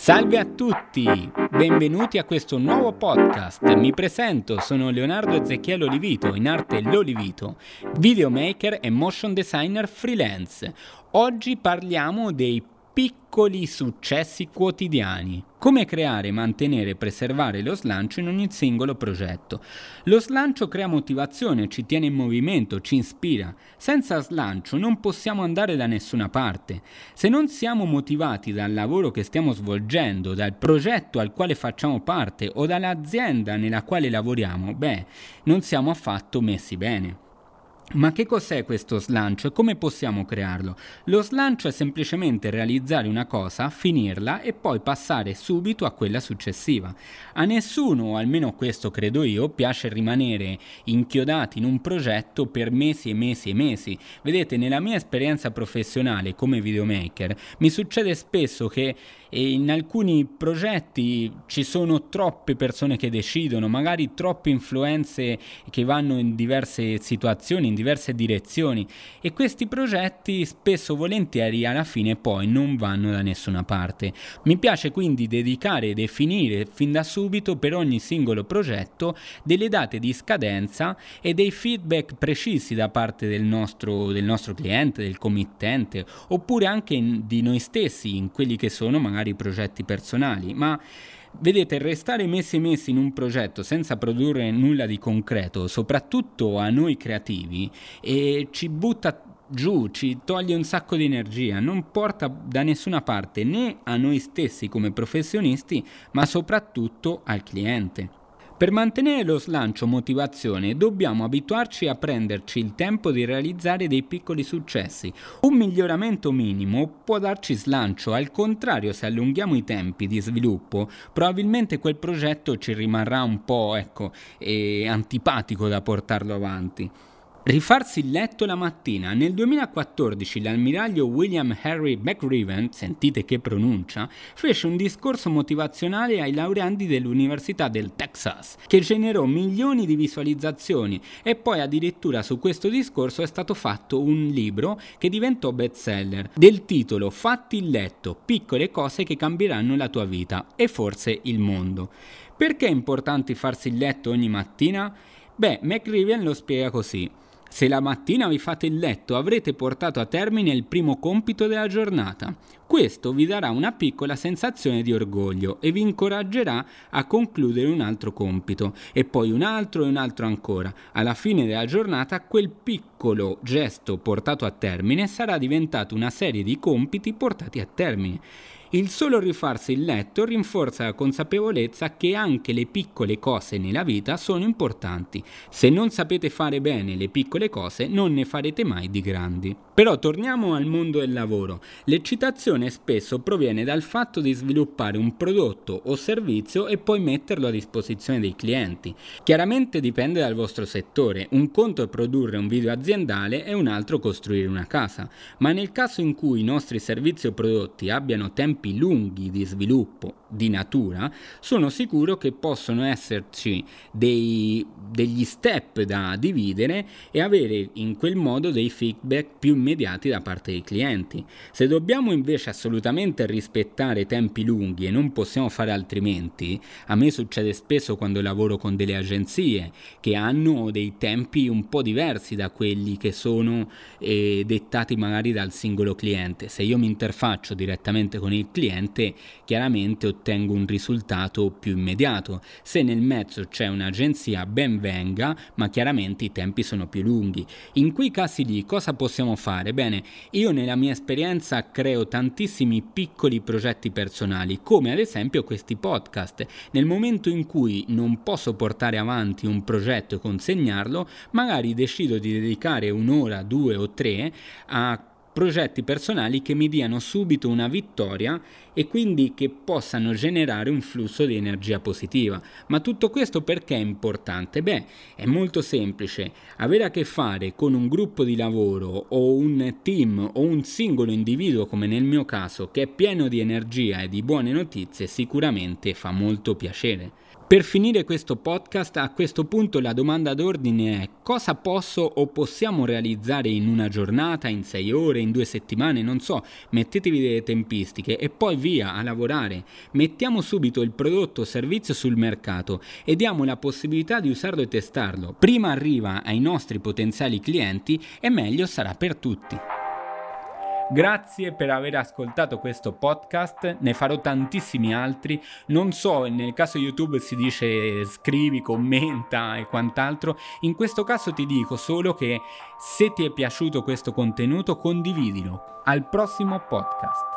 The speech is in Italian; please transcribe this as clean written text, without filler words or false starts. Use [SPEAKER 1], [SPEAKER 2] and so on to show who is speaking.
[SPEAKER 1] Salve a tutti, benvenuti a questo nuovo podcast. Mi presento, sono Leonardo Ezechiel Olivito, in arte L'Olivito, videomaker e motion designer freelance. Oggi parliamo dei piccoli successi quotidiani. Come creare, mantenere e preservare lo slancio in ogni singolo progetto. Lo slancio crea motivazione, ci tiene in movimento, ci ispira. Senza slancio non possiamo andare da nessuna parte. Se non siamo motivati dal lavoro che stiamo svolgendo, dal progetto al quale facciamo parte o dall'azienda nella quale lavoriamo, non siamo affatto messi bene. Ma che cos'è questo slancio e come possiamo crearlo? Lo slancio è semplicemente realizzare una cosa, finirla e poi passare subito a quella successiva. A nessuno, o almeno questo credo io, piace rimanere inchiodati in un progetto per mesi e mesi e mesi. Vedete, nella mia esperienza professionale come videomaker mi succede spesso che in alcuni progetti ci sono troppe persone che decidono, magari troppe influenze che vanno in diverse situazioni, in diverse direzioni, e questi progetti spesso volentieri alla fine poi non vanno da nessuna parte. Mi piace quindi dedicare e definire fin da subito per ogni singolo progetto delle date di scadenza e dei feedback precisi da parte del nostro cliente, del committente, oppure anche di noi stessi in quelli che sono magari progetti personali. Ma vedete, restare mesi e mesi in un progetto senza produrre nulla di concreto, soprattutto a noi creativi, ci butta giù, ci toglie un sacco di energia, non porta da nessuna parte, né a noi stessi come professionisti, ma soprattutto al cliente. Per mantenere lo slancio motivazione dobbiamo abituarci a prenderci il tempo di realizzare dei piccoli successi. Un miglioramento minimo può darci slancio, al contrario, se allunghiamo i tempi di sviluppo probabilmente quel progetto ci rimarrà un po' antipatico da portarlo avanti. Rifarsi il letto la mattina. Nel 2014 l'ammiraglio William Henry McRaven, sentite che pronuncia, fece un discorso motivazionale ai laureandi dell'Università del Texas, che generò milioni di visualizzazioni, e poi addirittura su questo discorso è stato fatto un libro che diventò bestseller, del titolo Fatti il letto, piccole cose che cambieranno la tua vita e forse il mondo. Perché è importante farsi il letto ogni mattina? McRaven lo spiega così. Se la mattina vi fate il letto avrete portato a termine il primo compito della giornata. Questo vi darà una piccola sensazione di orgoglio e vi incoraggerà a concludere un altro compito e poi un altro e un altro ancora. Alla fine della giornata quel piccolo gesto portato a termine sarà diventato una serie di compiti portati a termine. Il solo rifarsi il letto rinforza la consapevolezza che anche le piccole cose nella vita sono importanti. Se non sapete fare bene le piccole cose, non ne farete mai di grandi. Però torniamo al mondo del lavoro. L'eccitazione spesso proviene dal fatto di sviluppare un prodotto o servizio e poi metterlo a disposizione dei clienti. Chiaramente dipende dal vostro settore. Un conto è produrre un video aziendale e un altro costruire una casa. Ma nel caso in cui i nostri servizi o prodotti abbiano tempi lunghi di sviluppo di natura, sono sicuro che possono esserci degli step da dividere e avere in quel modo dei feedback più immediati da parte dei clienti. Se dobbiamo invece assolutamente rispettare tempi lunghi e non possiamo fare altrimenti, a me succede spesso quando lavoro con delle agenzie che hanno dei tempi un po' diversi da quelli che sono dettati magari dal singolo cliente. Se io mi interfaccio direttamente con il cliente, chiaramente ottengo un risultato più immediato. Se nel mezzo c'è un'agenzia, ben venga, ma chiaramente i tempi sono più lunghi. In quei casi lì cosa possiamo fare? Bene, io nella mia esperienza creo tantissimi piccoli progetti personali, come ad esempio questi podcast. Nel momento in cui non posso portare avanti un progetto e consegnarlo, magari decido di dedicare un'ora, 2 o 3 a progetti personali che mi diano subito una vittoria e quindi che possano generare un flusso di energia positiva. Ma tutto questo perché è importante? È molto semplice. Avere a che fare con un gruppo di lavoro o un team o un singolo individuo, come nel mio caso, che è pieno di energia e di buone notizie, sicuramente fa molto piacere. Per finire questo podcast, a questo punto la domanda d'ordine è: cosa posso o possiamo realizzare in una giornata, in 6 ore, in 2 settimane, non so, mettetevi delle tempistiche e poi via a lavorare. Mettiamo subito il prodotto o servizio sul mercato e diamo la possibilità di usarlo e testarlo. Prima arriva ai nostri potenziali clienti e meglio sarà per tutti. Grazie per aver ascoltato questo podcast, ne farò tantissimi altri, non so, nel caso YouTube si dice scrivi, commenta e quant'altro, in questo caso ti dico solo che se ti è piaciuto questo contenuto condividilo. Al prossimo podcast.